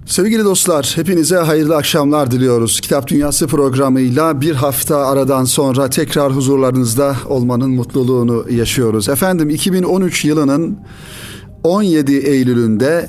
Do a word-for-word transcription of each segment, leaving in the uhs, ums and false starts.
Sevgili dostlar, hepinize hayırlı akşamlar diliyoruz. Kitap Dünyası programıyla bir hafta aradan sonra tekrar huzurlarınızda olmanın mutluluğunu yaşıyoruz. Efendim, iki bin on üç yılının on yedi Eylül'ünde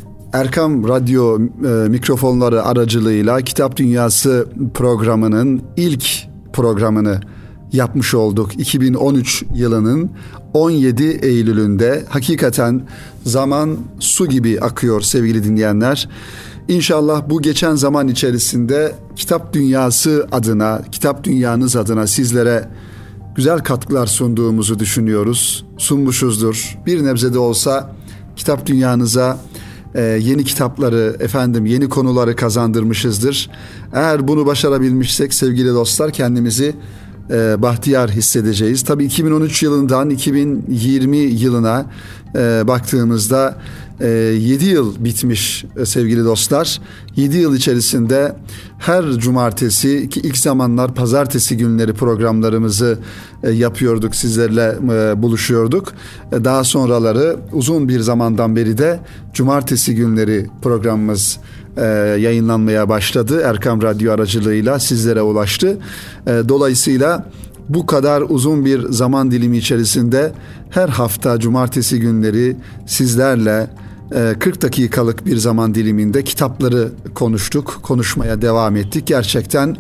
Erkam Radyo e, mikrofonları aracılığıyla Kitap Dünyası programının ilk programını yapmış olduk. iki bin on üç yılının on yedi Eylül'ünde hakikaten zaman su gibi akıyor sevgili dinleyenler. İnşallah bu geçen zaman içerisinde Kitap Dünyası adına, Kitap Dünyanız adına sizlere güzel katkılar sunduğumuzu düşünüyoruz. Sunmuşuzdur. Bir nebze de olsa Kitap Dünyanıza e, yeni kitapları, efendim yeni konuları kazandırmışızdır. Eğer bunu başarabilmişsek sevgili dostlar, kendimizi E, bahtiyar hissedeceğiz. Tabii iki bin on üç yılından iki bin yirmi yılına e, baktığımızda e, yedi yıl bitmiş e, sevgili dostlar. yedi yıl içerisinde her cumartesi, ki ilk zamanlar pazartesi günleri programlarımızı e, yapıyorduk, sizlerle e, buluşuyorduk. E, daha sonraları uzun bir zamandan beri de cumartesi günleri programımız E, yayınlanmaya başladı. Erkam Radyo aracılığıyla sizlere ulaştı. E, dolayısıyla bu kadar uzun bir zaman dilimi içerisinde her hafta cumartesi günleri sizlerle e, kırk dakikalık bir zaman diliminde kitapları konuştuk, konuşmaya devam ettik. Gerçekten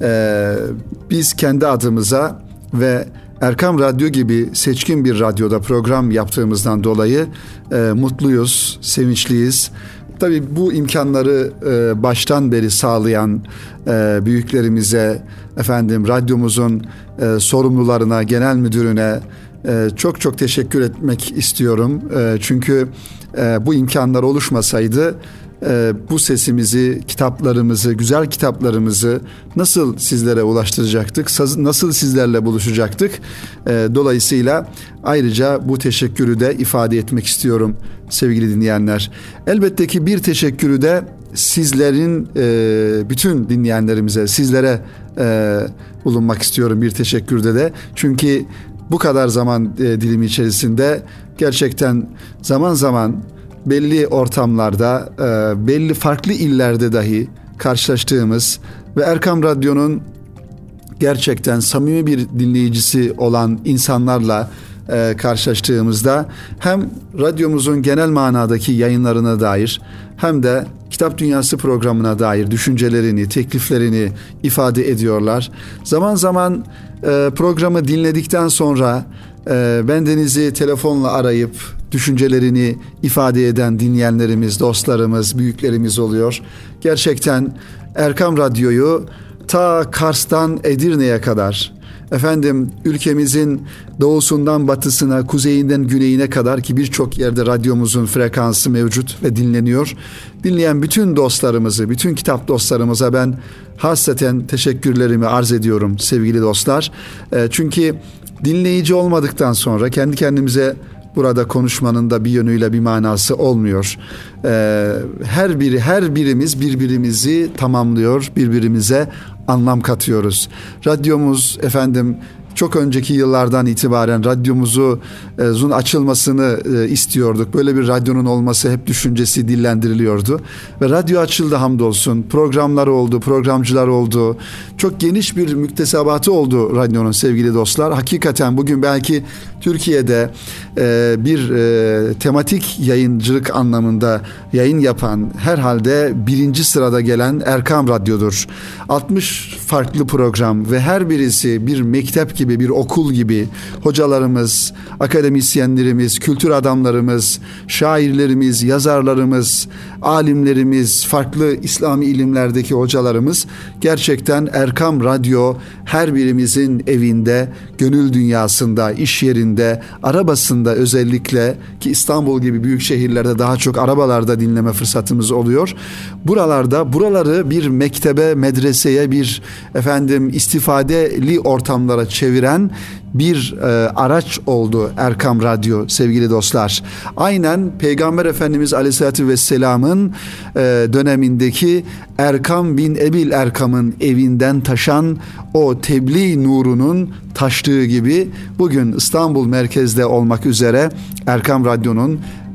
e, biz kendi adımıza ve Erkam Radyo gibi seçkin bir radyoda program yaptığımızdan dolayı e, mutluyuz, sevinçliyiz. Tabii bu imkanları e, baştan beri sağlayan e, büyüklerimize, efendim radyomuzun e, sorumlularına, genel müdürüne e, çok çok teşekkür etmek istiyorum. E, çünkü e, bu imkanlar oluşmasaydı e, bu sesimizi, kitaplarımızı, güzel kitaplarımızı nasıl sizlere ulaştıracaktık, nasıl sizlerle buluşacaktık? E, dolayısıyla ayrıca bu teşekkürü de ifade etmek istiyorum sevgili dinleyenler. Elbette ki bir teşekkürü de sizlerin, e, bütün dinleyenlerimize, sizlere e, bulunmak istiyorum bir teşekkürde de. Çünkü bu kadar zaman e, dilimi içerisinde gerçekten zaman zaman belli ortamlarda, e, belli farklı illerde dahi karşılaştığımız ve Erkam Radyo'nun gerçekten samimi bir dinleyicisi olan insanlarla e, karşılaştığımızda hem radyomuzun genel manadaki yayınlarına dair hem de Kitap Dünyası programına dair düşüncelerini, tekliflerini ifade ediyorlar. Zaman zaman e, programı dinledikten sonra e, bendenizi telefonla arayıp düşüncelerini ifade eden dinleyenlerimiz, dostlarımız, büyüklerimiz oluyor. Gerçekten Erkam Radyo'yu ta Kars'tan Edirne'ye kadar, efendim ülkemizin doğusundan batısına, kuzeyinden güneyine kadar, ki birçok yerde radyomuzun frekansı mevcut ve dinleniyor. Dinleyen bütün dostlarımızı, bütün kitap dostlarımıza ben hasreten teşekkürlerimi arz ediyorum sevgili dostlar. E, çünkü dinleyici olmadıktan sonra kendi kendimize burada konuşmanın da bir yönüyle bir manası olmuyor. Ee, her biri, her birimiz birbirimizi tamamlıyor, birbirimize anlam katıyoruz. Radyomuz efendim çok önceki yıllardan itibaren radyomuzun e, açılmasını e, istiyorduk. Böyle bir radyonun olması hep düşüncesi dillendiriliyordu. Ve radyo açıldı hamdolsun. Programlar oldu, programcılar oldu. Çok geniş bir müktesebatı oldu radyonun sevgili dostlar. Hakikaten bugün belki Türkiye'de e, bir e, tematik yayıncılık anlamında yayın yapan, herhalde birinci sırada gelen Erkam Radyo'dur. altmış farklı program ve her birisi bir mektep gibi, bir okul gibi. Hocalarımız, akademisyenlerimiz, kültür adamlarımız, şairlerimiz, yazarlarımız, alimlerimiz, farklı İslami ilimlerdeki hocalarımız, gerçekten Erkam Radyo her birimizin evinde, gönül dünyasında, iş yerinde, arabasında özellikle, ki İstanbul gibi büyük şehirlerde daha çok arabalarda dinleme fırsatımız oluyor. Buralarda, buraları bir mektebe, medreseye, bir efendim istifadeli ortamlara çeviren bir e, araç oldu Erkam Radyo sevgili dostlar. Aynen Peygamber Efendimiz Aleyhisselatü Vesselam'ın e, dönemindeki Erkam bin Ebil Erkam'ın evinden taşan o tebliğ nurunun taştığı gibi bugün İstanbul merkezde olmak üzere Erkam Radyo'nun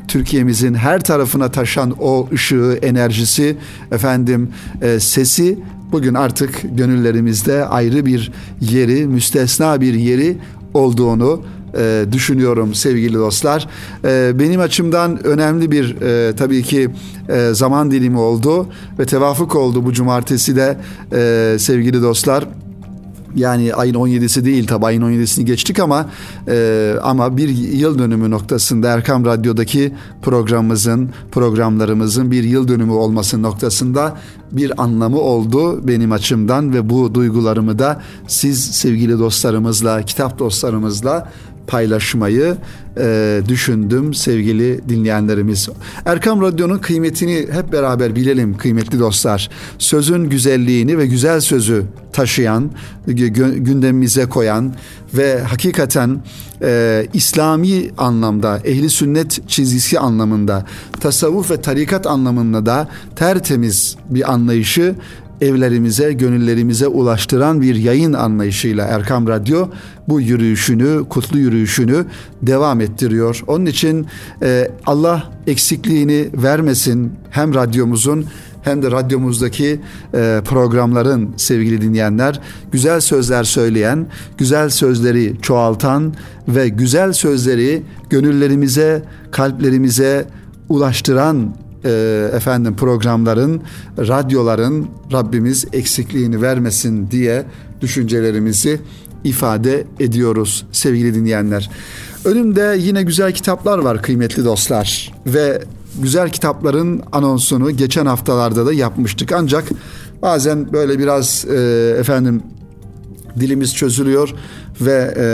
Türkiye'mizin her tarafına taşan o ışığı, enerjisi, efendim e, sesi bugün artık gönüllerimizde ayrı bir yeri, müstesna bir yeri olduğunu e, düşünüyorum sevgili dostlar. E, benim açımdan önemli bir e, tabii ki e, zaman dilimi oldu ve tevafuk oldu bu cumartesi de e, sevgili dostlar. Yani ayın on yedisi değil, tabi ayın on yedisini geçtik ama e, ama bir yıl dönümü noktasında Erkam Radyo'daki programımızın, programlarımızın bir yıl dönümü olması noktasında bir anlamı oldu benim açımdan ve bu duygularımı da siz sevgili dostlarımızla, kitap dostlarımızla paylaşmayı e, düşündüm sevgili dinleyenlerimiz. Erkam Radyo'nun kıymetini hep beraber bilelim kıymetli dostlar. Sözün güzelliğini ve güzel sözü taşıyan, gündemimize koyan ve hakikaten e, İslami anlamda, ehli sünnet çizgisi anlamında, tasavvuf ve tarikat anlamında da tertemiz bir anlayışı evlerimize, gönüllerimize ulaştıran bir yayın anlayışıyla Erkam Radyo bu yürüyüşünü, kutlu yürüyüşünü devam ettiriyor. Onun için e, Allah eksikliğini vermesin hem radyomuzun hem de radyomuzdaki e, programların sevgili dinleyenler. Güzel sözler söyleyen, güzel sözleri çoğaltan ve güzel sözleri gönüllerimize, kalplerimize ulaştıran e, efendim programların, radyoların Rabbimiz eksikliğini vermesin diye düşüncelerimizi ifade ediyoruz sevgili dinleyenler. Önümde yine güzel kitaplar var kıymetli dostlar ve güzel kitapların anonsunu geçen haftalarda da yapmıştık. Ancak bazen böyle biraz e, efendim dilimiz çözülüyor ve e,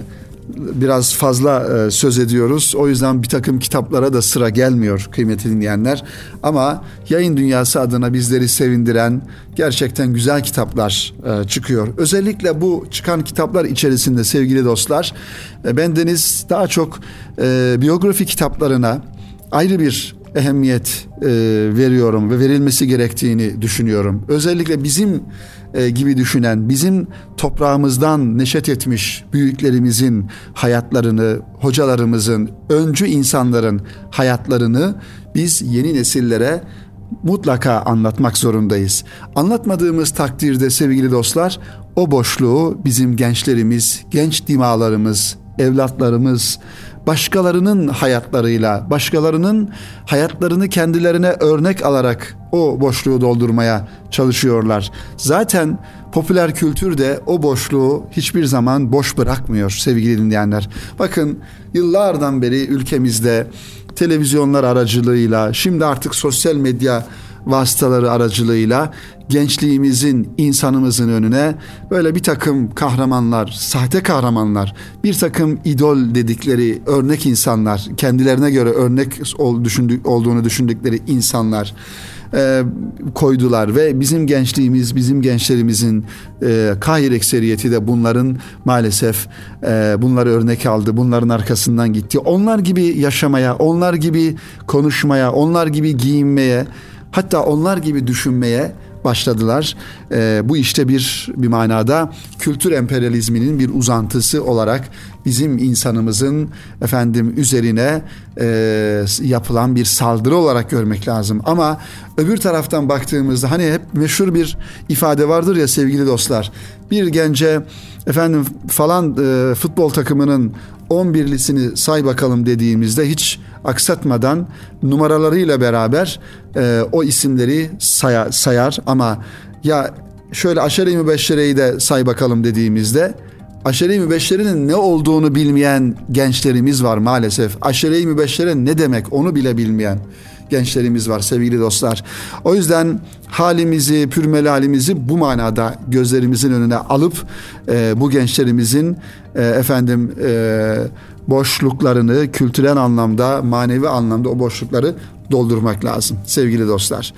biraz fazla e, söz ediyoruz. O yüzden bir takım kitaplara da sıra gelmiyor kıymetli dinleyenler. Ama yayın dünyası adına bizleri sevindiren gerçekten güzel kitaplar e, çıkıyor. Özellikle bu çıkan kitaplar içerisinde sevgili dostlar, e, bendeniz daha çok e, biyografi kitaplarına ayrı bir ehemmiyet e, veriyorum ve verilmesi gerektiğini düşünüyorum. Özellikle bizim e, gibi düşünen, bizim toprağımızdan neşet etmiş büyüklerimizin hayatlarını, hocalarımızın, öncü insanların hayatlarını biz yeni nesillere mutlaka anlatmak zorundayız. Anlatmadığımız takdirde sevgili dostlar, o boşluğu bizim gençlerimiz, genç dimağlarımız, evlatlarımız, başkalarının hayatlarıyla, başkalarının hayatlarını kendilerine örnek alarak o boşluğu doldurmaya çalışıyorlar. Zaten popüler kültür de o boşluğu hiçbir zaman boş bırakmıyor sevgili dinleyenler. Bakın yıllardan beri ülkemizde televizyonlar aracılığıyla, şimdi artık sosyal medya vasıtaları aracılığıyla gençliğimizin, insanımızın önüne böyle bir takım kahramanlar, sahte kahramanlar, bir takım idol dedikleri örnek insanlar, kendilerine göre örnek olduğunu düşündükleri insanlar e, koydular ve bizim gençliğimiz, bizim gençlerimizin e, kahir ekseriyeti de bunların maalesef e, bunları örnek aldı, bunların arkasından gitti. Onlar gibi yaşamaya, onlar gibi konuşmaya, onlar gibi giyinmeye, hatta onlar gibi düşünmeye başladılar. Ee, bu işte bir bir manada kültür emperyalizminin bir uzantısı olarak bizim insanımızın efendim üzerine e, yapılan bir saldırı olarak görmek lazım. Ama öbür taraftan baktığımızda hani hep meşhur bir ifade vardır ya sevgili dostlar. Bir gence efendim falan e, futbol takımının on birlisini say bakalım dediğimizde hiç aksatmadan numaralarıyla beraber e, o isimleri saya, sayar ama ya şöyle aşere-i mübeşşereyi de say bakalım dediğimizde aşere-i mübeşşerenin ne olduğunu bilmeyen gençlerimiz var maalesef. Aşere-i mübeşşere ne demek onu bile bilmeyen gençlerimiz var sevgili dostlar. O yüzden halimizi, pürmelalimizi bu manada gözlerimizin önüne alıp e, bu gençlerimizin e, efendim e, boşluklarını kültürel anlamda, manevi anlamda o boşlukları doldurmak lazım sevgili dostlar.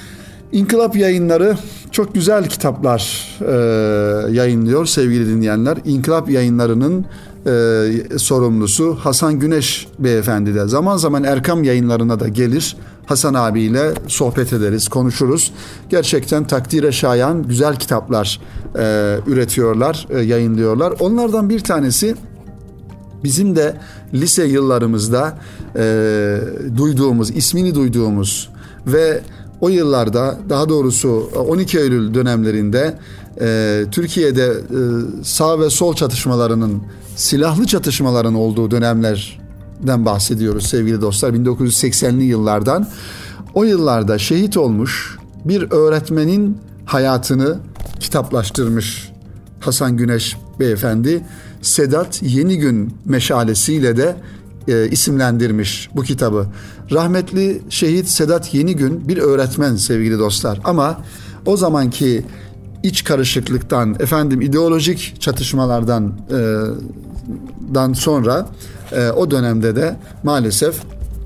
İnkılap Yayınları çok güzel kitaplar e, yayınlıyor sevgili dinleyenler. İnkılap Yayınları'nın e, sorumlusu Hasan Güneş beyefendi de zaman zaman Erkam Yayınları'na da gelir. Hasan abiyle sohbet ederiz, konuşuruz. Gerçekten takdire şayan güzel kitaplar e, üretiyorlar, e, yayınlıyorlar. Onlardan bir tanesi Bizim de lise yıllarımızda e, duyduğumuz, ismini duyduğumuz ve o yıllarda, daha doğrusu on iki Eylül dönemlerinde e, Türkiye'de e, sağ ve sol çatışmalarının, silahlı çatışmaların olduğu dönemlerden bahsediyoruz sevgili dostlar. bin dokuz yüz seksenli yıllardan. O yıllarda şehit olmuş bir öğretmenin hayatını kitaplaştırmış Hasan Güneş Beyefendi. Sedat Yenigün meşalesiyle de e, isimlendirmiş bu kitabı. Rahmetli şehit Sedat Yenigün bir öğretmen sevgili dostlar. Ama o zamanki iç karışıklıktan, efendim ideolojik çatışmalardan e, dan sonra e, o dönemde de maalesef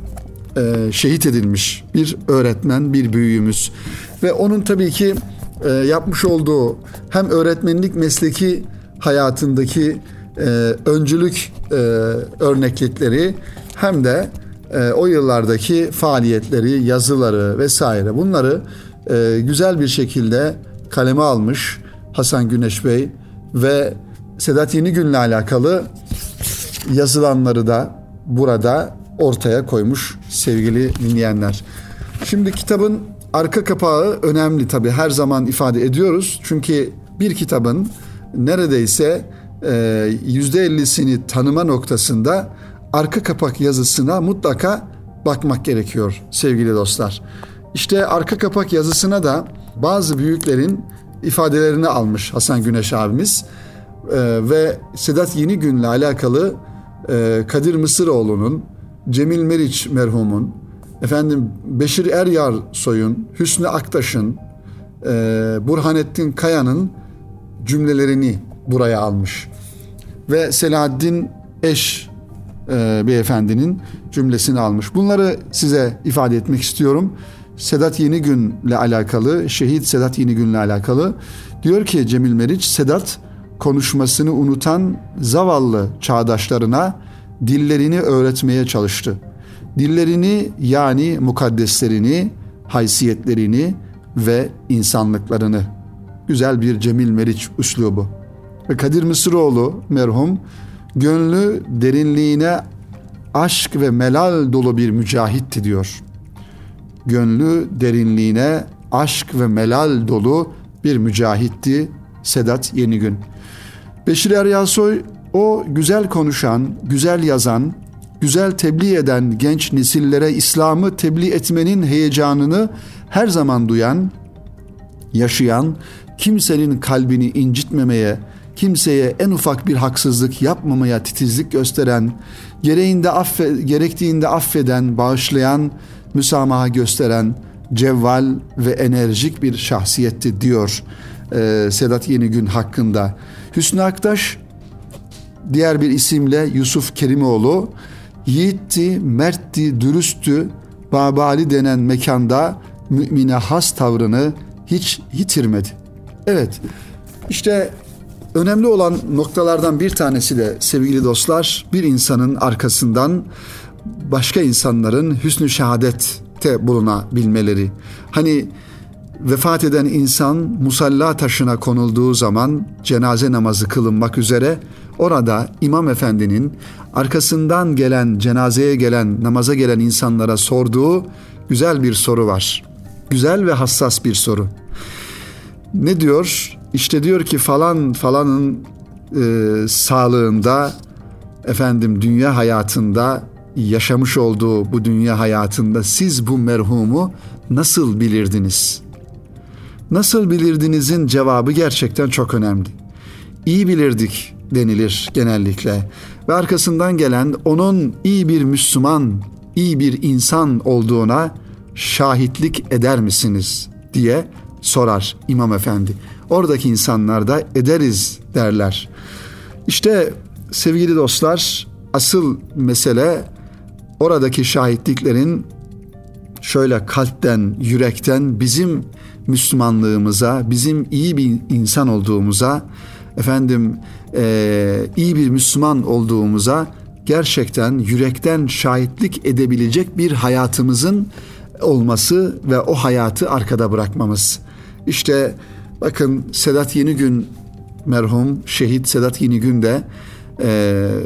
e, şehit edilmiş bir öğretmen, bir büyüğümüz. Ve onun tabii ki e, yapmış olduğu hem öğretmenlik mesleki hayatındaki e, öncülük e, örneklikleri hem de e, o yıllardaki faaliyetleri, yazıları vesaire, bunları e, güzel bir şekilde kaleme almış Hasan Güneş Bey ve Sedat Yenigün'le alakalı yazılanları da burada ortaya koymuş sevgili dinleyenler. Şimdi kitabın arka kapağı önemli tabii, her zaman ifade ediyoruz. Çünkü bir kitabın neredeyse yüzde ellisini tanıma noktasında arka kapak yazısına mutlaka bakmak gerekiyor sevgili dostlar. İşte arka kapak yazısına da bazı büyüklerin ifadelerini almış Hasan Güneş abimiz ee, ve Sedat Yenigün'le alakalı e, Kadir Mısıroğlu'nun, Cemil Meriç merhumun, efendim Beşir Eryarsoy'un, Hüsnü Aktaş'ın, e, Burhanettin Kaya'nın cümlelerini buraya almış. Ve Selahaddin Eş e, beyefendinin cümlesini almış. Bunları size ifade etmek istiyorum. Sedat Yenigün'le alakalı, şehit Sedat Yenigün'le alakalı diyor ki Cemil Meriç, Sedat konuşmasını unutan zavallı çağdaşlarına dillerini öğretmeye çalıştı. Dillerini, yani mukaddeslerini, haysiyetlerini ve insanlıklarını. Güzel bir Cemil Meriç üslubu. Ve Kadir Mısıroğlu merhum, gönlü derinliğine aşk ve melal dolu bir mücahitti diyor. Gönlü derinliğine aşk ve melal dolu bir mücahitti Sedat Yenigün. Beşir Eryarsoy, o güzel konuşan, güzel yazan, güzel tebliğ eden genç nesillere İslam'ı tebliğ etmenin heyecanını her zaman duyan, yaşayan, kimsenin kalbini incitmemeye, kimseye en ufak bir haksızlık yapmamaya titizlik gösteren, gereğinde affe, gerektiğinde affeden, bağışlayan, müsamaha gösteren, cevval ve enerjik bir şahsiyetti diyor e, Sedat Yenigün hakkında. Hüsnü Aktaş, diğer bir isimle Yusuf Kerimoğlu, yiğitti, mertti, dürüsttü, Babali denen mekanda mümine has tavrını hiç yitirmedi. Evet, işte önemli olan noktalardan bir tanesi de sevgili dostlar, bir insanın arkasından başka insanların hüsnü şehadette bulunabilmeleri. Hani vefat eden insan musalla taşına konulduğu zaman cenaze namazı kılınmak üzere orada İmam Efendi'nin arkasından gelen, cenazeye gelen, namaza gelen insanlara sorduğu güzel bir soru var. Güzel ve hassas bir soru. Ne diyor? İşte diyor ki falan falanın e, sağlığında, efendim dünya hayatında, yaşamış olduğu bu dünya hayatında siz bu merhumu nasıl bilirdiniz? Nasıl bilirdinizin cevabı gerçekten çok önemli. İyi bilirdik denilir genellikle ve arkasından gelen onun iyi bir Müslüman, iyi bir insan olduğuna şahitlik eder misiniz diye sorar İmam Efendi. Oradaki insanlar da ederiz derler. İşte sevgili dostlar, asıl mesele oradaki şahitliklerin şöyle kalpten, yürekten bizim Müslümanlığımıza, bizim iyi bir insan olduğumuza, efendim e, iyi bir Müslüman olduğumuza gerçekten yürekten şahitlik edebilecek bir hayatımızın olması ve o hayatı arkada bırakmamız. İşte bakın Sedat Yenigün merhum, şehit Sedat Yenigün de e,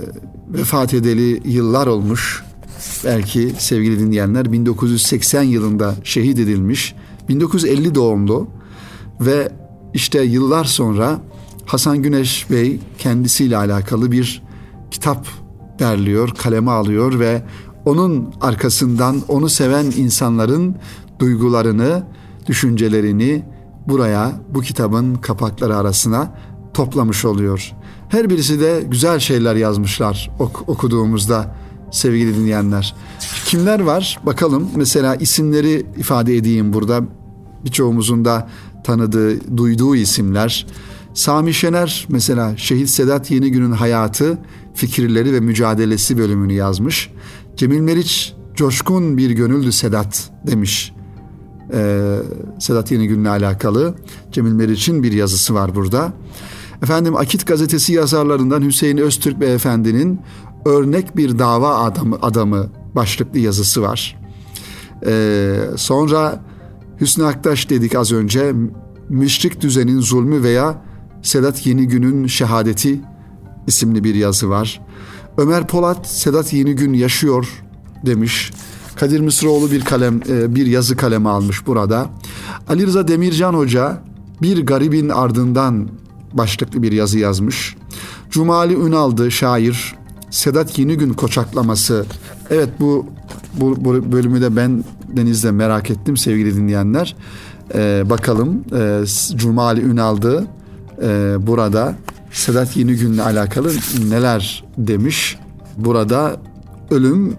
vefat edeli yıllar olmuş. Belki sevgili dinleyenler bin dokuz yüz seksen yılında şehit edilmiş. bin dokuz yüz elli doğumlu ve işte yıllar sonra Hasan Güneş Bey kendisiyle alakalı bir kitap derliyor, kaleme alıyor ve onun arkasından onu seven insanların duygularını, düşüncelerini buraya, bu kitabın kapakları arasına toplamış oluyor. Her birisi de güzel şeyler yazmışlar ok- okuduğumuzda sevgili dinleyenler. Kimler var? Bakalım. Mesela isimleri ifade edeyim burada. Birçoğumuzun da tanıdığı, duyduğu isimler. Sami Şener mesela Şehit Sedat Yenigün'ün hayatı, fikirleri ve mücadelesi bölümünü yazmış. Cemil Meriç, coşkun bir gönüldü Sedat demiş. Ee, Sedat Yenigün'le alakalı Cemil Meriç'in bir yazısı var burada. Efendim Akit gazetesi yazarlarından Hüseyin Öztürk Beyefendi'nin örnek bir dava adamı, adamı başlıklı yazısı var. Ee, sonra Hüsnü Aktaş dedik az önce, müşrik düzenin zulmü veya Sedat Yenigün'ün şehadeti isimli bir yazı var. Ömer Polat Sedat Yenigün yaşıyor demiş. Kadir Mısıroğlu bir kalem bir yazı kaleme almış burada. Ali Rıza Demircan Hoca bir garibin ardından başlıklı bir yazı yazmış. Cumali Ünaldı şair Sedat Yenigün koçaklaması. Evet bu, bu, bu bölümü de ben denizde merak ettim sevgili dinleyenler. Ee, bakalım ee, Cumali Ünaldı ee, burada Sedat Yenigün'le alakalı neler demiş. Burada ölüm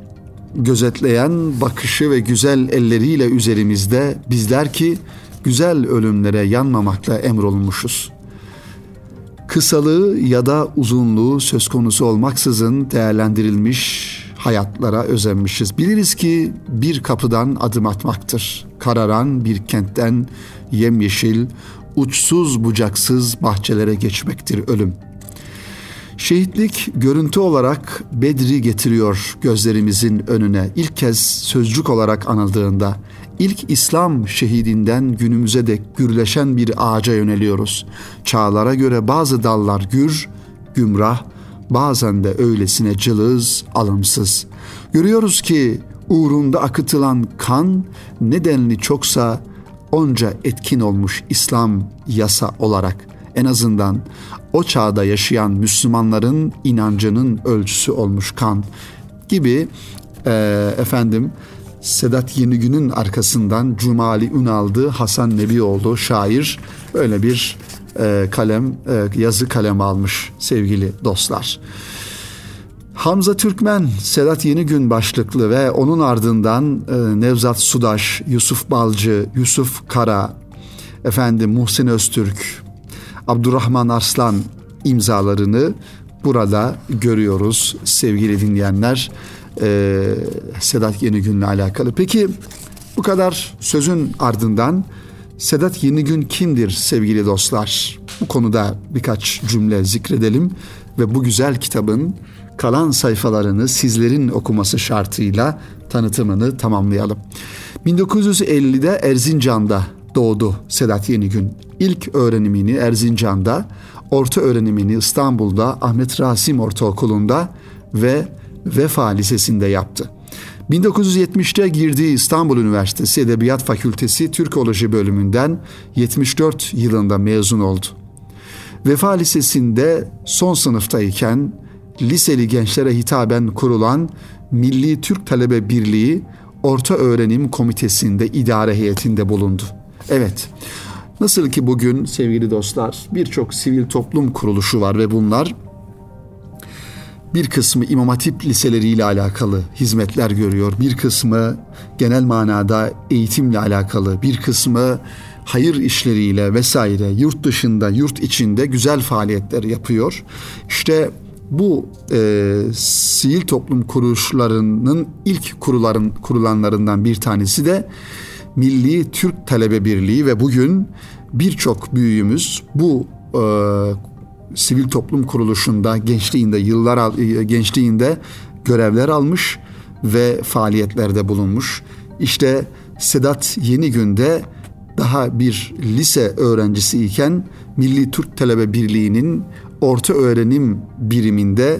gözetleyen bakışı ve güzel elleriyle üzerimizde, bizler ki güzel ölümlere yanmamakla emrolunmuşuz. Kısalığı ya da uzunluğu söz konusu olmaksızın değerlendirilmiş hayatlara özenmişiz. Biliriz ki bir kapıdan adım atmaktır. Kararan bir kentten yemyeşil, uçsuz bucaksız bahçelere geçmektir ölüm. Şehitlik görüntü olarak Bedri getiriyor gözlerimizin önüne. İlk kez sözcük olarak anıldığında, ilk İslam şehidinden günümüze dek gürleşen bir ağaca yöneliyoruz. Çağlara göre bazı dallar gür, gümrah, bazen de öylesine cılız, alımsız. Görüyoruz ki uğrunda akıtılan kan nedenli çoksa onca etkin olmuş İslam yasa olarak. En azından o çağda yaşayan Müslümanların inancının ölçüsü olmuş kan gibi e, efendim Sedat Yenigün'ün arkasından Cumali Ünaldı, Hasan Nebioğlu şair böyle bir e, kalem e, yazı kalem almış sevgili dostlar. Hamza Türkmen, Sedat Yenigün başlıklı ve onun ardından e, Nevzat Sudaş, Yusuf Balcı, Yusuf Kara, efendim Muhsin Öztürk, Abdurrahman Arslan imzalarını burada görüyoruz sevgili dinleyenler. Ee, Sedat Yenigün'le alakalı. Peki bu kadar sözün ardından Sedat Yenigün kimdir sevgili dostlar? Bu konuda birkaç cümle zikredelim ve bu güzel kitabın kalan sayfalarını sizlerin okuması şartıyla tanıtımını tamamlayalım. bin dokuz yüz ellide Erzincan'da doğdu Sedat Yenigün. İlk öğrenimini Erzincan'da, orta öğrenimini İstanbul'da Ahmet Rasim Ortaokulu'nda ve Vefa Lisesi'nde yaptı. bin dokuz yüz yetmişte girdiği İstanbul Üniversitesi Edebiyat Fakültesi Türkoloji bölümünden yetmiş dört yılında mezun oldu. Vefa Lisesi'nde son sınıftayken liseli gençlere hitaben kurulan Milli Türk Talebe Birliği Orta Öğrenim Komitesi'nde idare heyetinde bulundu. Evet, nasıl ki bugün sevgili dostlar birçok sivil toplum kuruluşu var ve bunlar bir kısmı İmam Hatip liseleriyle alakalı hizmetler görüyor. Bir kısmı genel manada eğitimle alakalı, bir kısmı hayır işleriyle vesaire yurt dışında, yurt içinde güzel faaliyetler yapıyor. İşte bu e, sivil toplum kuruluşlarının ilk kuruların, kurulanlarından bir tanesi de Milli Türk Talebe Birliği ve bugün birçok büyüğümüz bu e, sivil toplum kuruluşunda gençliğinde yıllar gençliğinde görevler almış ve faaliyetlerde bulunmuş. İşte Sedat Yenigün de daha bir lise öğrencisiyken Milli Türk Talebe Birliği'nin orta öğrenim biriminde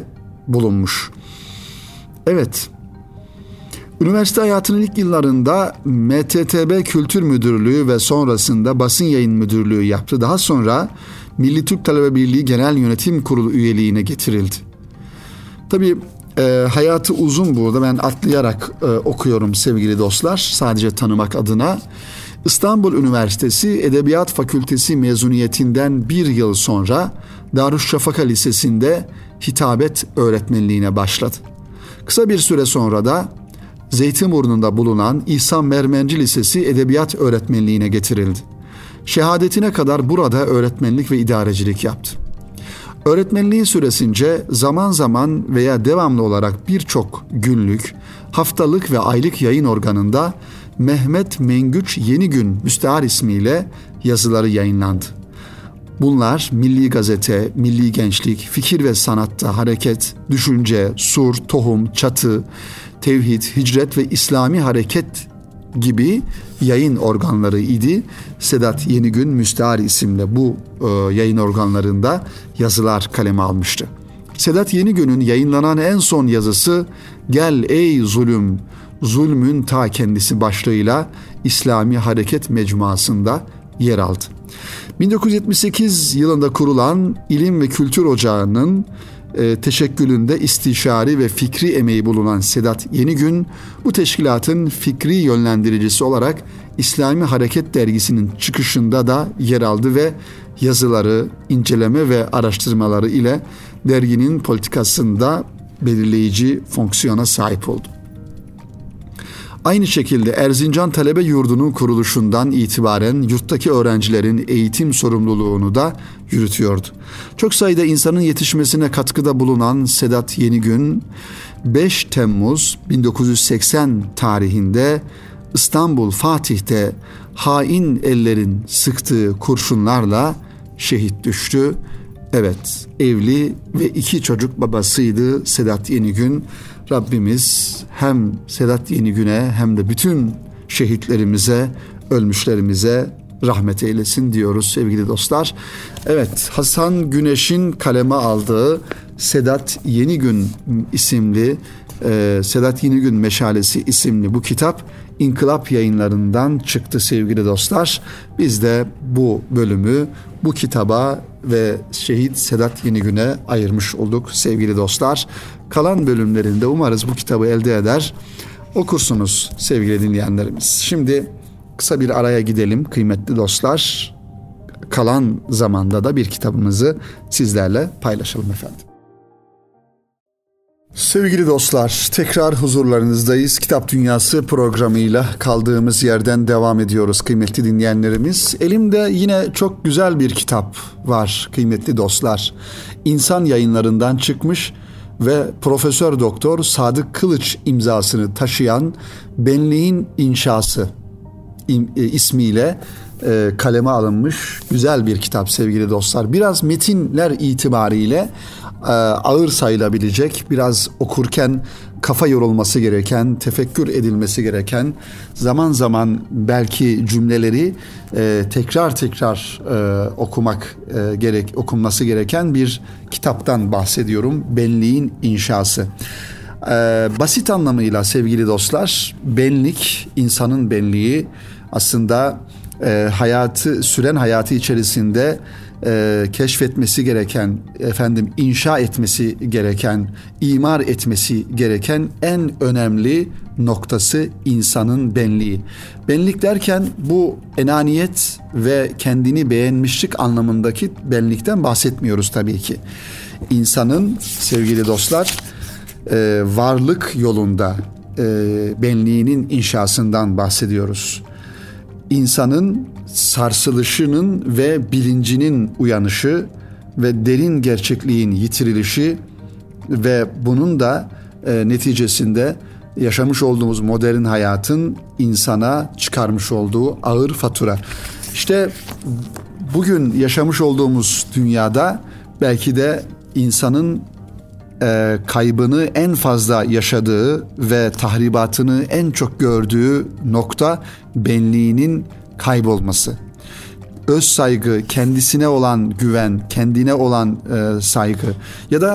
bulunmuş. Evet, üniversite hayatının ilk yıllarında M T T B Kültür Müdürlüğü ve sonrasında Basın Yayın Müdürlüğü yaptı. Daha sonra Milli Türk Talebe Birliği Genel Yönetim Kurulu üyeliğine getirildi. Tabii e, hayatı uzun burada, ben atlayarak e, okuyorum sevgili dostlar, sadece tanımak adına. İstanbul Üniversitesi Edebiyat Fakültesi mezuniyetinden bir yıl sonra Darüşşafaka Lisesi'nde hitabet öğretmenliğine başladı. Kısa bir süre sonra da Zeytinburnu'nda bulunan İhsan Mermenci Lisesi Edebiyat Öğretmenliğine getirildi. Şehadetine kadar burada öğretmenlik ve idarecilik yaptı. Öğretmenliği süresince zaman zaman veya devamlı olarak birçok günlük, haftalık ve aylık yayın organında Mehmet Mengüç Yeni Gün Müstehar ismiyle yazıları yayınlandı. Bunlar Milli Gazete, Milli Gençlik, Fikir ve Sanatta Hareket, Düşünce, Sur, Tohum, Çatı, Tevhid, Hicret ve İslami Hareket gibi yayın organları idi. Sedat Yenigün Müstehar isimli bu e, yayın organlarında yazılar kaleme almıştı. Sedat Yenigün'ün yayınlanan en son yazısı "Gel ey zulüm, zulmün ta kendisi" başlığıyla İslami Hareket Mecmuası'nda yer aldı. bin dokuz yüz yetmiş sekiz yılında kurulan İlim ve Kültür Ocağı'nın e, teşekkülünde istişari ve fikri emeği bulunan Sedat Yenigün, bu teşkilatın fikri yönlendiricisi olarak İslami Hareket Dergisi'nin çıkışında da yer aldı ve yazıları, inceleme ve araştırmaları ile derginin politikasında belirleyici fonksiyona sahip oldu. Aynı şekilde Erzincan Talebe Yurdu'nun kuruluşundan itibaren yurttaki öğrencilerin eğitim sorumluluğunu da yürütüyordu. Çok sayıda insanın yetişmesine katkıda bulunan Sedat Yenigün, beş Temmuz bin dokuz yüz seksen tarihinde İstanbul Fatih'te hain ellerin sıktığı kurşunlarla şehit düştü. Evet, evli ve iki çocuk babasıydı Sedat Yenigün. Rabbimiz hem Sedat Yenigün'e hem de bütün şehitlerimize, ölmüşlerimize rahmet eylesin diyoruz sevgili dostlar. Evet, Hasan Güneş'in kaleme aldığı Sedat Yenigün isimli, e, Sedat Yenigün Meşalesi isimli bu kitap İnkılap Yayınlarından çıktı sevgili dostlar. Biz de bu bölümü bu kitaba ve şehit Sedat Yenigün'e ayırmış olduk sevgili dostlar. Kalan bölümlerinde umarız bu kitabı elde eder, okursunuz sevgili dinleyenlerimiz. Şimdi kısa bir araya gidelim kıymetli dostlar. Kalan zamanda da bir kitabımızı sizlerle paylaşalım efendim. Sevgili dostlar, tekrar huzurlarınızdayız. Kitap Dünyası programıyla kaldığımız yerden devam ediyoruz kıymetli dinleyenlerimiz. Elimde yine çok güzel bir kitap var kıymetli dostlar. İnsan Yayınlarından çıkmış ve Profesör Doktor Sadık Kılıç imzasını taşıyan Benliğin İnşası ismiyle e, kaleme alınmış güzel bir kitap sevgili dostlar. Biraz metinler itibariyle e, ağır sayılabilecek, biraz okurken kafa yorulması gereken, tefekkür edilmesi gereken, zaman zaman belki cümleleri e, tekrar tekrar e, okumak e, gerek okunması gereken bir kitaptan bahsediyorum. Benliğin İnşası. Ee, basit anlamıyla sevgili dostlar, benlik, insanın benliği aslında e, hayatı süren hayatı içerisinde e, keşfetmesi gereken, efendim inşa etmesi gereken, imar etmesi gereken en önemli noktası insanın benliği. Benlik derken bu enaniyet ve kendini beğenmişlik anlamındaki benlikten bahsetmiyoruz tabii ki. İnsanın sevgili dostlar Ee, varlık yolunda e, benliğinin inşasından bahsediyoruz. İnsanın sarsılışının ve bilincinin uyanışı ve derin gerçekliğin yitirilişi ve bunun da e, neticesinde yaşamış olduğumuz modern hayatın insana çıkarmış olduğu ağır fatura. İşte bugün yaşamış olduğumuz dünyada belki de insanın E, kaybını en fazla yaşadığı ve tahribatını en çok gördüğü nokta benliğinin kaybolması. Öz saygı, kendisine olan güven, kendine olan e, saygı ya da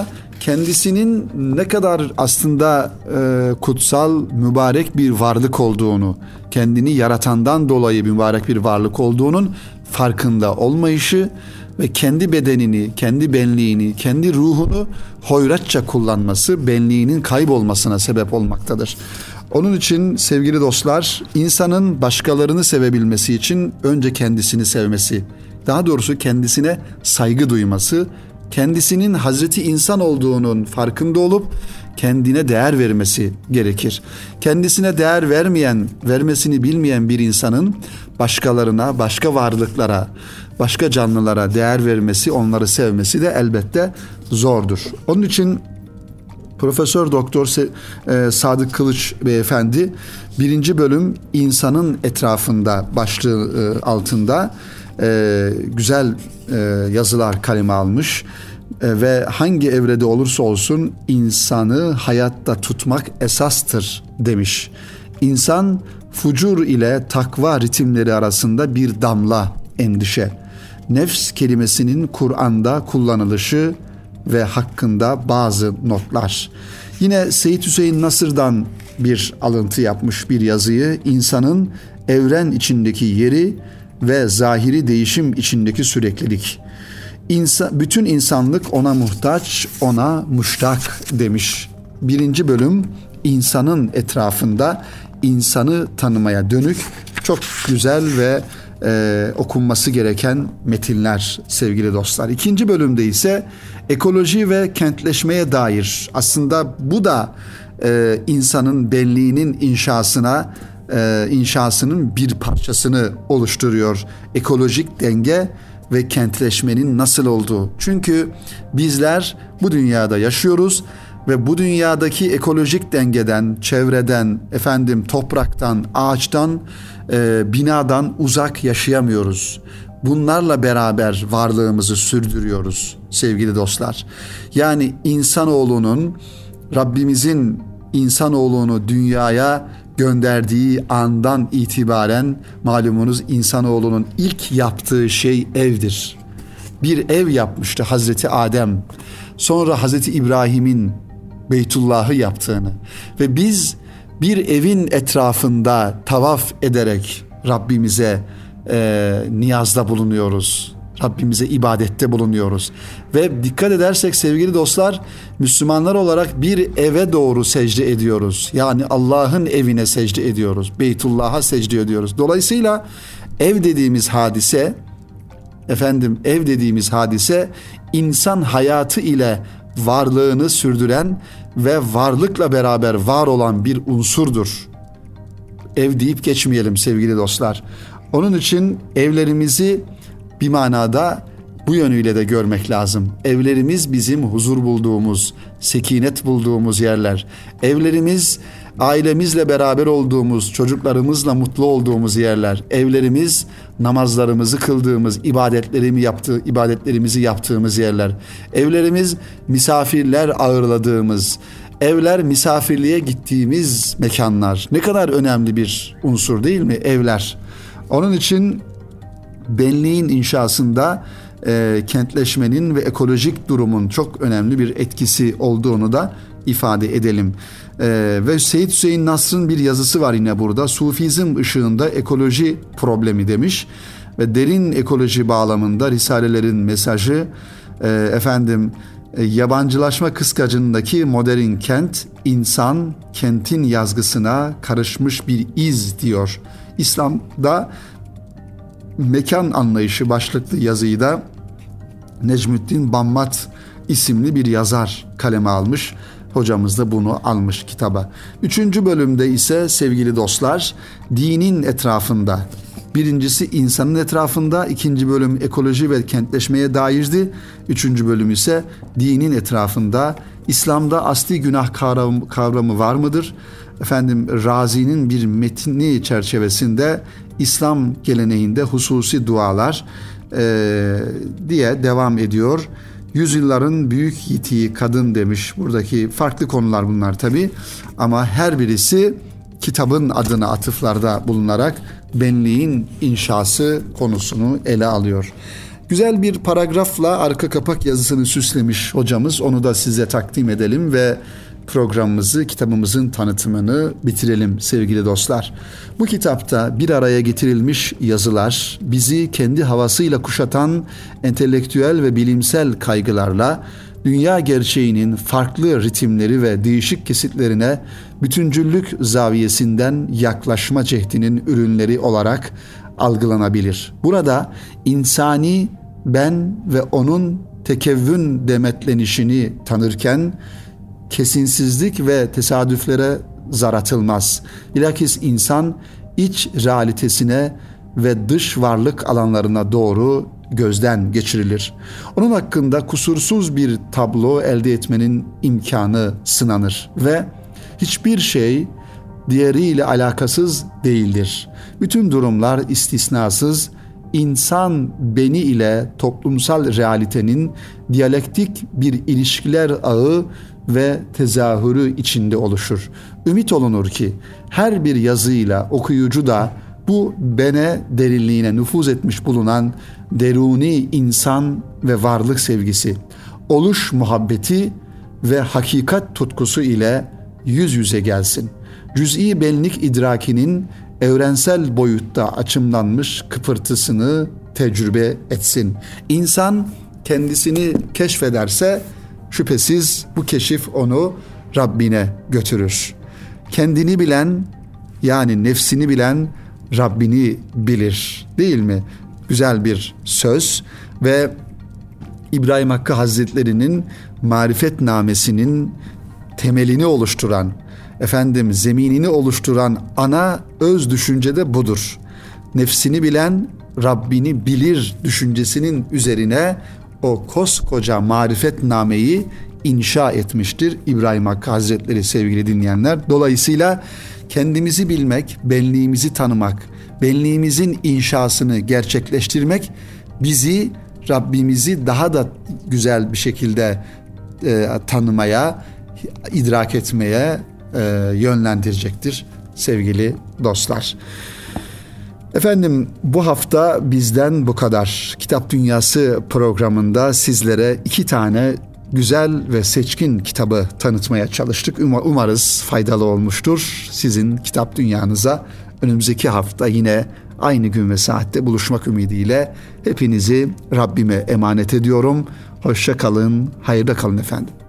kendisinin ne kadar aslında e, kutsal, mübarek bir varlık olduğunu, kendini yaratandan dolayı mübarek bir varlık olduğunun farkında olmayışı ve kendi bedenini, kendi benliğini, kendi ruhunu hoyratça kullanması benliğinin kaybolmasına sebep olmaktadır. Onun için sevgili dostlar, insanın başkalarını sevebilmesi için önce kendisini sevmesi, daha doğrusu kendisine saygı duyması, kendisinin Hazreti İnsan olduğunun farkında olup kendine değer vermesi gerekir. Kendisine değer vermeyen, vermesini bilmeyen bir insanın başkalarına, başka varlıklara, başka canlılara değer vermesi, onları sevmesi de elbette zordur. Onun için Profesör Doktor Sadık Kılıç Beyefendi birinci bölüm insanın etrafında başlığı altında güzel yazılar kaleme almış ve hangi evrede olursa olsun insanı hayatta tutmak esastır demiş. İnsan fucur ile takva ritimleri arasında bir damla endişe. Nefs kelimesinin Kur'an'da kullanılışı ve hakkında bazı notlar. Yine Seyyid Hüseyin Nasır'dan bir alıntı yapmış bir yazıyı, insanın evren içindeki yeri ve zahiri değişim içindeki süreklilik. İnsan, bütün insanlık ona muhtaç, ona müştak demiş. Birinci bölüm insanın etrafında insanı tanımaya dönük çok güzel ve e, okunması gereken metinler sevgili dostlar. İkinci bölümde ise ekoloji ve kentleşmeye dair, aslında bu da e, insanın benliğinin inşasına e, inşasının bir parçasını oluşturuyor. Ekolojik denge ve kentleşmenin nasıl olduğu. Çünkü bizler bu dünyada yaşıyoruz ve bu dünyadaki ekolojik dengeden, çevreden, efendim topraktan, ağaçtan, e, binadan uzak yaşayamıyoruz. Bunlarla beraber varlığımızı sürdürüyoruz sevgili dostlar. Yani insanoğlunun, Rabbimizin insanoğlunu dünyaya gönderdiği andan itibaren malumunuz insanoğlunun ilk yaptığı şey evdir. Bir ev yapmıştı Hazreti Adem. Sonra Hazreti İbrahim'in Beytullah'ı yaptığını ve biz bir evin etrafında tavaf ederek Rabbimize e, niyazda bulunuyoruz. Rabbimize ibadette bulunuyoruz. Ve dikkat edersek sevgili dostlar, Müslümanlar olarak bir eve doğru secde ediyoruz. Yani Allah'ın evine secde ediyoruz. Beytullah'a secde ediyoruz. Dolayısıyla ev dediğimiz hadise, efendim ev dediğimiz hadise insan hayatı ile varlığını sürdüren ve varlıkla beraber var olan bir unsurdur. Ev deyip geçmeyelim sevgili dostlar. Onun için evlerimizi bir manada bu yönüyle de görmek lazım. Evlerimiz bizim huzur bulduğumuz, sekinet bulduğumuz yerler. Evlerimiz ailemizle beraber olduğumuz, çocuklarımızla mutlu olduğumuz yerler. Evlerimiz namazlarımızı kıldığımız, ibadetlerimi yaptığı, ibadetlerimizi yaptığımız yerler. Evlerimiz misafirler ağırladığımız, evler misafirliğe gittiğimiz mekanlar. Ne kadar önemli bir unsur değil mi evler? Onun için benliğin inşasında e, kentleşmenin ve ekolojik durumun çok önemli bir etkisi olduğunu da ifade edelim. E, ve Seyyid Hüseyin Nasr'ın bir yazısı var yine burada. Sufizm ışığında ekoloji problemi demiş ve derin ekoloji bağlamında risalelerin mesajı e, efendim e, yabancılaşma kıskacındaki modern kent, insan kentin yazgısına karışmış bir iz diyor. İslam'da mekan anlayışı başlıklı yazıyı da Necmettin Bammat isimli bir yazar kaleme almış. Hocamız da bunu almış kitaba. Üçüncü bölümde ise sevgili dostlar dinin etrafında. Birincisi insanın etrafında, ikinci bölüm ekoloji ve kentleşmeye dairdi. Üçüncü bölüm ise dinin etrafında. İslam'da asli günah kavramı, kavramı var mıdır? Efendim Razi'nin bir metni çerçevesinde İslam geleneğinde hususi dualar e, diye devam ediyor. Yüzyılların büyük yitiği kadın demiş. Buradaki farklı konular bunlar tabii. Ama her birisi kitabın adına atıflarda bulunarak benliğin inşası konusunu ele alıyor. Güzel bir paragrafla arka kapak yazısını süslemiş hocamız. Onu da size takdim edelim ve programımızı, kitabımızın tanıtımını bitirelim sevgili dostlar. Bu kitapta bir araya getirilmiş yazılar bizi kendi havasıyla kuşatan entelektüel ve bilimsel kaygılarla dünya gerçeğinin farklı ritimleri ve değişik kesitlerine bütüncüllük zaviyesinden yaklaşma cehdinin ürünleri olarak algılanabilir. Burada insani ben ve onun tekevvün demetlenişini tanırken kesinsizlik ve tesadüflere zar atılmaz. Bilakis insan iç realitesine ve dış varlık alanlarına doğru gözden geçirilir. Onun hakkında kusursuz bir tablo elde etmenin imkanı sınanır ve hiçbir şey diğeriyle alakasız değildir. Bütün durumlar istisnasız insan beni ile toplumsal realitenin diyalektik bir ilişkiler ağı ve tezahürü içinde oluşur. Ümit olunur ki her bir yazıyla okuyucu da bu bene derinliğine nüfuz etmiş bulunan deruni insan ve varlık sevgisi, oluş muhabbeti ve hakikat tutkusu ile yüz yüze gelsin. Cüz'i benlik idrakinin evrensel boyutta açımlanmış kıpırtısını tecrübe etsin. İnsan kendisini keşfederse şüphesiz bu keşif onu Rabbine götürür. Kendini bilen, yani nefsini bilen Rabbini bilir, değil mi? Güzel bir söz ve İbrahim Hakkı Hazretleri'nin marifetnamesinin temelini oluşturan, efendim zeminini oluşturan ana öz düşünce de budur. Nefsini bilen Rabbini bilir düşüncesinin üzerine o koskoca marifetnameyi inşa etmiştir İbrahim Hakkı Hazretleri sevgili dinleyenler. Dolayısıyla kendimizi bilmek, benliğimizi tanımak, benliğimizin inşasını gerçekleştirmek bizi Rabbimizi daha da güzel bir şekilde e, tanımaya, idrak etmeye e, yönlendirecektir sevgili dostlar. Efendim bu hafta bizden bu kadar. Kitap Dünyası programında sizlere iki tane güzel ve seçkin kitabı tanıtmaya çalıştık. Umarız faydalı olmuştur sizin kitap dünyanıza. Önümüzdeki hafta yine aynı gün ve saatte buluşmak ümidiyle hepinizi Rabbime emanet ediyorum. Hoşça kalın, hayırda kalın efendim.